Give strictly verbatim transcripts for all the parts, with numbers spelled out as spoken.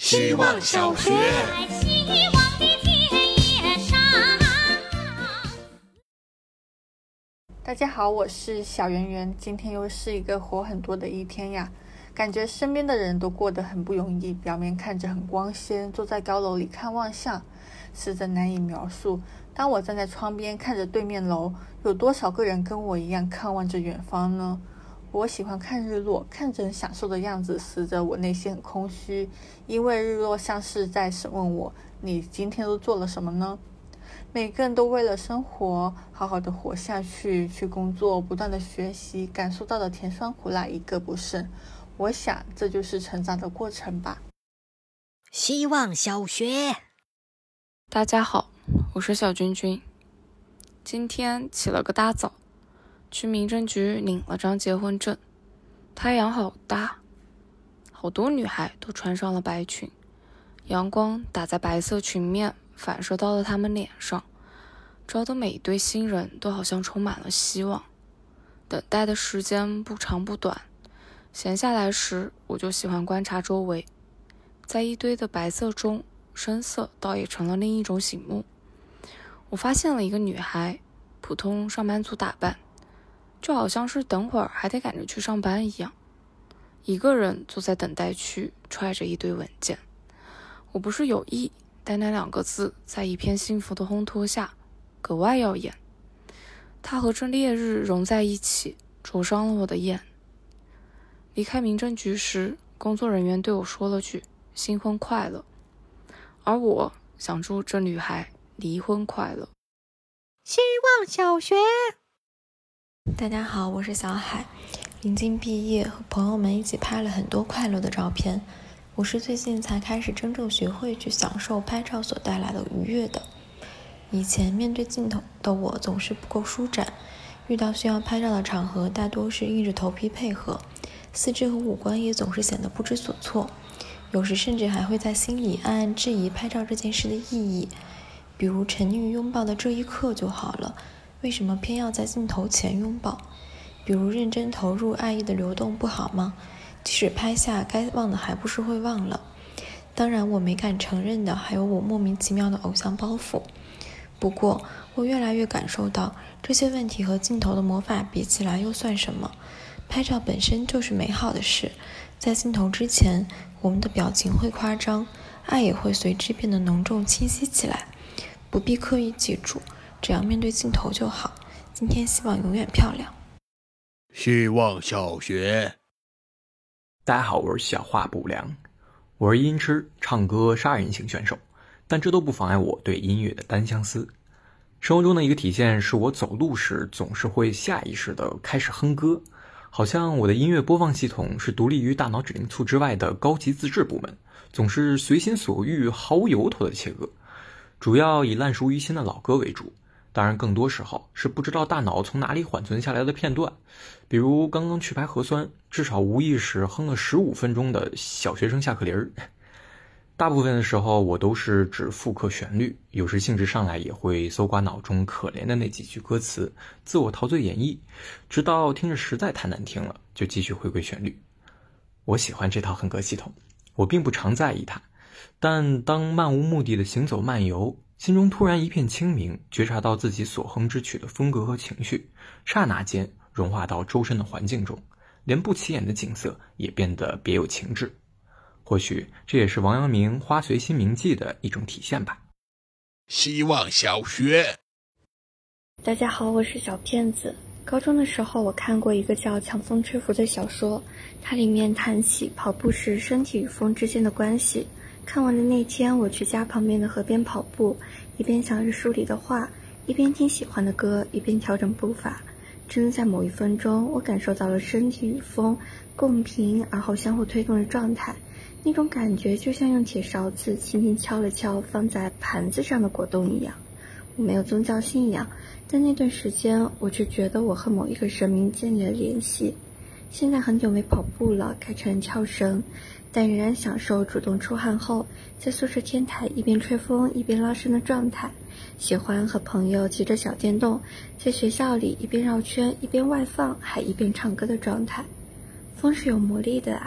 希望小学。 大家好，我是小圆圆，今天又是一个活很多的一天呀。感觉身边的人都过得很不容易，表面看着很光鲜，坐在高楼里看望向，实则难以描述。当我站在窗边看着对面楼，有多少个人跟我一样看望着远方呢？我喜欢看日落，看着人享受的样子，实则我内心很空虚，因为日落像是在审问我，你今天都做了什么呢？每个人都为了生活好好的活下去，去工作，不断的学习，感受到的甜酸苦辣一个不剩。我想这就是成长的过程吧。 希望小学。 大家好，我是小君君。今天起了个大早，去民政局领了张结婚证。太阳好大，好多女孩都穿上了白裙，阳光打在白色裙面，反射到了她们脸上，照得每一对新人都好像充满了希望。等待的时间不长不短，闲下来时我就喜欢观察周围，在一堆的白色中，深色倒也成了另一种醒目。我发现了一个女孩，普通上班族打扮，就好像是等会儿还得赶着去上班一样，一个人坐在等待区，揣着一堆文件。我不是有意，但那两个字在一片幸福的烘托下格外耀眼，它和这烈日融在一起，灼伤了我的眼。离开民政局时，工作人员对我说了句新婚快乐，而我想祝这女孩离婚快乐。 希望小学。 大家好，我是小海。临近毕业，和朋友们一起拍了很多快乐的照片。我是最近才开始真正学会去享受拍照所带来的愉悦的。以前面对镜头的我总是不够舒展，遇到需要拍照的场合大多是硬着头皮配合，四肢和五官也总是显得不知所措，有时甚至还会在心里暗暗质疑拍照这件事的意义。比如沉溺于拥抱的这一刻就好了，为什么偏要在镜头前拥抱？比如认真投入爱意的流动不好吗？即使拍下，该忘的还不是会忘了。当然我没敢承认的还有我莫名其妙的偶像包袱。不过我越来越感受到，这些问题和镜头的魔法比起来又算什么？拍照本身就是美好的事，在镜头之前，我们的表情会夸张，爱也会随之变得浓重清晰起来，不必刻意记住，只要面对镜头就好。今天希望永远漂亮。 希望小学。 大家好，我是小话不良，我是音痴、唱歌、杀人型选手，但这都不妨碍我对音乐的单相思。生活中的一个体现是我走路时总是会下意识地开始哼歌，好像我的音乐播放系统是独立于大脑指令簇之外的高级自治部门，总是随心所欲、毫无由头的切歌，主要以烂熟于心的老歌为主。当然更多时候是不知道大脑从哪里缓存下来的片段，比如刚刚去排核酸，至少无意识哼了十五分钟的小学生下课铃儿。大部分的时候我都是只复刻旋律，有时兴致上来也会搜刮脑中可怜的那几句歌词，自我陶醉演绎，直到听着实在太难听了，就继续回归旋律。我喜欢这套哼歌系统，我并不常在意它，但当漫无目的的行走漫游，心中突然一片清明，觉察到自己所哼之曲的风格和情绪，刹那间融化到周身的环境中，连不起眼的景色也变得别有情致。或许这也是王阳明花随心铭记的一种体现吧。 希望小学。 大家好，我是小骗子。高中的时候我看过一个叫《强风吹拂》的小说，它里面谈起跑步时身体与风之间的关系。看完的那天，我去家旁边的河边跑步，一边想着书里的话，一边听喜欢的歌，一边调整步伐。真的在某一分钟，我感受到了身体与风共频而后相互推动的状态，那种感觉就像用铁勺子轻轻敲了敲放在盘子上的果冻一样。我没有宗教信仰，但那段时间我却觉得我和某一个神明建立了联系。现在很久没跑步了，改成跳绳，但仍然享受主动出汗后在宿舍天台一边吹风一边拉伸的状态，喜欢和朋友骑着小电动在学校里一边绕圈一边外放还一边唱歌的状态。风是有魔力的啊，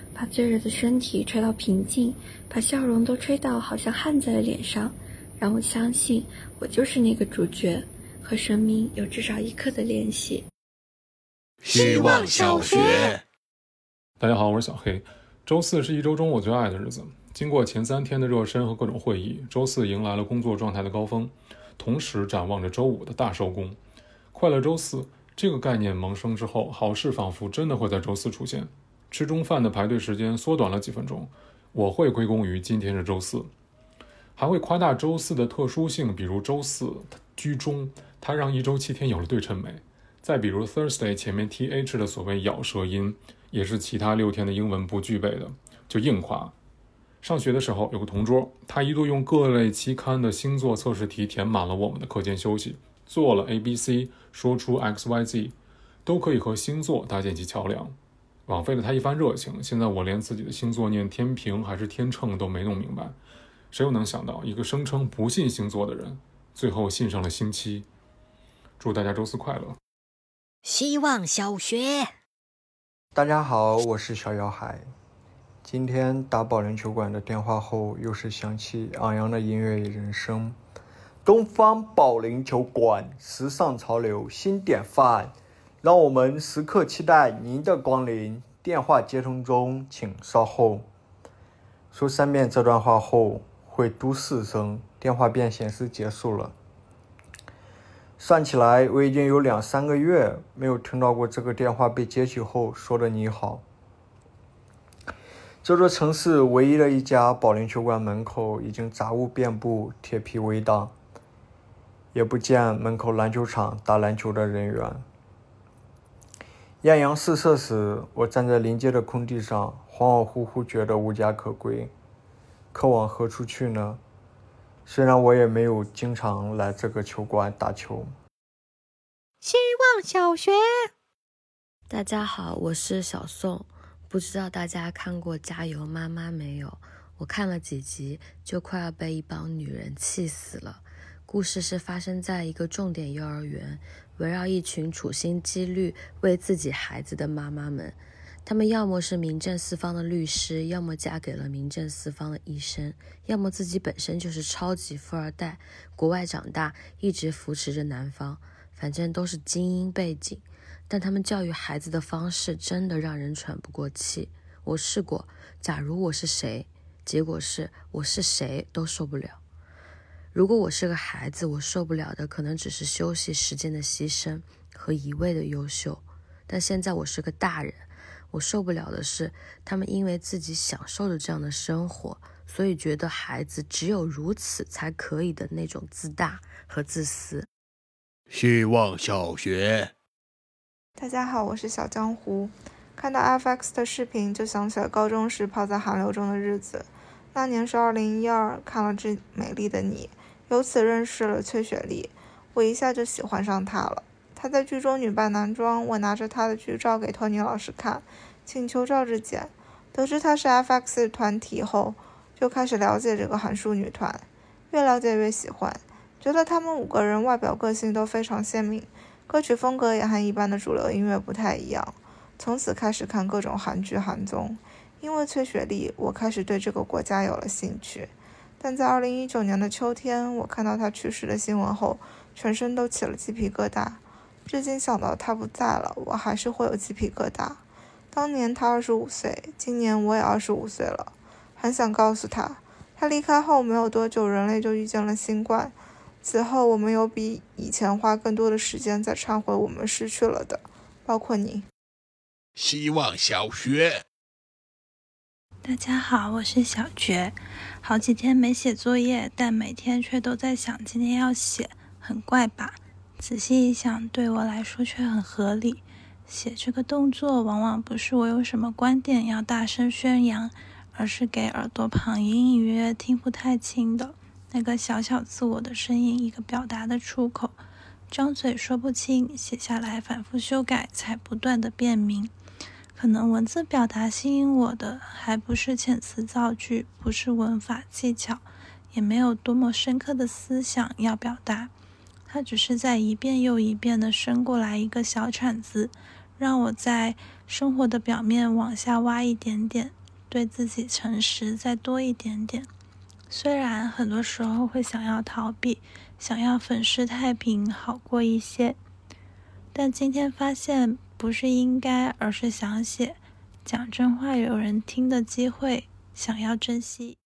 把最热的身体吹到平静，把笑容都吹到好像焊在了脸上，让我相信我就是那个主角，和生命有至少一刻的联系。 希望小学。 大家好，我是小黑。周四是一周中我最爱的日子，经过前三天的热身和各种会议，周四迎来了工作状态的高峰，同时展望着周五的大收工。快乐周四这个概念萌生之后，好事仿佛真的会在周四出现。吃中饭的排队时间缩短了几分钟，我会归功于今天是周四。还会夸大周四的特殊性，比如周四居中，它让一周七天有了对称美。再比如 Thursday 前面 th 的所谓咬舌音，也是其他六天的英文不具备的，就硬夸。上学的时候有个同桌，他一度用各类期刊的星座测试题填满了我们的课间休息，做了 A B C， 说出 X Y Z， 都可以和星座搭建起桥梁。枉费了他一番热情，现在我连自己的星座念天平还是天秤都没弄明白。谁又能想到一个声称不信星座的人，最后信上了星期。祝大家周四快乐。 希望小学。 大家好，我是小姚海。今天打保龄球馆的电话后，又是响起昂扬的音乐人声。东方保龄球馆，时尚潮流新典范，让我们时刻期待您的光临。电话接通中，请稍后。说三遍这段话后，会嘟四声，电话便显示结束了。算起来，我已经有两三个月没有听到过这个电话被接起后说的你好。这座城市唯一的一家保龄球馆门口已经杂物遍布，铁皮围挡，也不见门口篮球场打篮球的人员。艳阳四射时，我站在临街的空地上，恍恍惚惚觉得无家可归，可往何处去呢？虽然我也没有经常来这个球馆打球。 希望小学。 大家好，我是小宋。不知道大家看过《加油妈妈》没有？我看了几集，就快要被一帮女人气死了。故事是发生在一个重点幼儿园，围绕一群处心积虑为自己孩子的妈妈们。他们要么是名正四方的律师，要么嫁给了名正四方的医生，要么自己本身就是超级富二代，国外长大，一直扶持着男方，反正都是精英背景。但他们教育孩子的方式真的让人喘不过气。我试过，假如我是谁，结果是我是谁都受不了。如果我是个孩子，我受不了的可能只是休息时间的牺牲和一味的优秀。但现在我是个大人，我受不了的是他们因为自己享受着这样的生活，所以觉得孩子只有如此才可以的那种自大和自私。 希望小学。 大家好，我是小江湖。看到 F X 的视频，就想起了高中时泡在寒流中的日子。那年是二零一二，看了《致美丽的你》，由此认识了崔雪莉，我一下就喜欢上她了。她在剧中女扮男装，我拿着她的剧照给托尼老师看，请求赵志简。得知她是 F X 团体后，就开始了解这个韩束女团，越了解越喜欢，觉得他们五个人外表个性都非常鲜明，歌曲风格也和一般的主流音乐不太一样。从此开始看各种韩剧韩综，因为崔雪莉，我开始对这个国家有了兴趣。但在二零一九年的秋天，我看到她去世的新闻后，全身都起了鸡皮疙瘩。至今想到她不在了，我还是会有鸡皮疙瘩。当年她二十五岁，今年我也二十五岁了，很想告诉她，她离开后没有多久，人类就遇见了新冠。此后我们有比以前花更多的时间在忏悔我们失去了的，包括你。 希望小学。 大家好，我是小觉。好几天没写作业，但每天却都在想今天要写，很怪吧？仔细一想，对我来说却很合理。写这个动作往往不是我有什么观点要大声宣扬，而是给耳朵旁隐隐约约听不太清的那个小小自我的声音一个表达的出口。张嘴说不清，写下来反复修改，才不断的辨明。可能文字表达吸引我的还不是遣词造句，不是文法技巧，也没有多么深刻的思想要表达，它只是在一遍又一遍的伸过来一个小铲子，让我在生活的表面往下挖一点点， 对自己诚实再多一点点。虽然很多时候会想要逃避，想要粉饰太平好过一些，但今天发现不是应该，而是想写，讲真话有人听的机会，想要珍惜。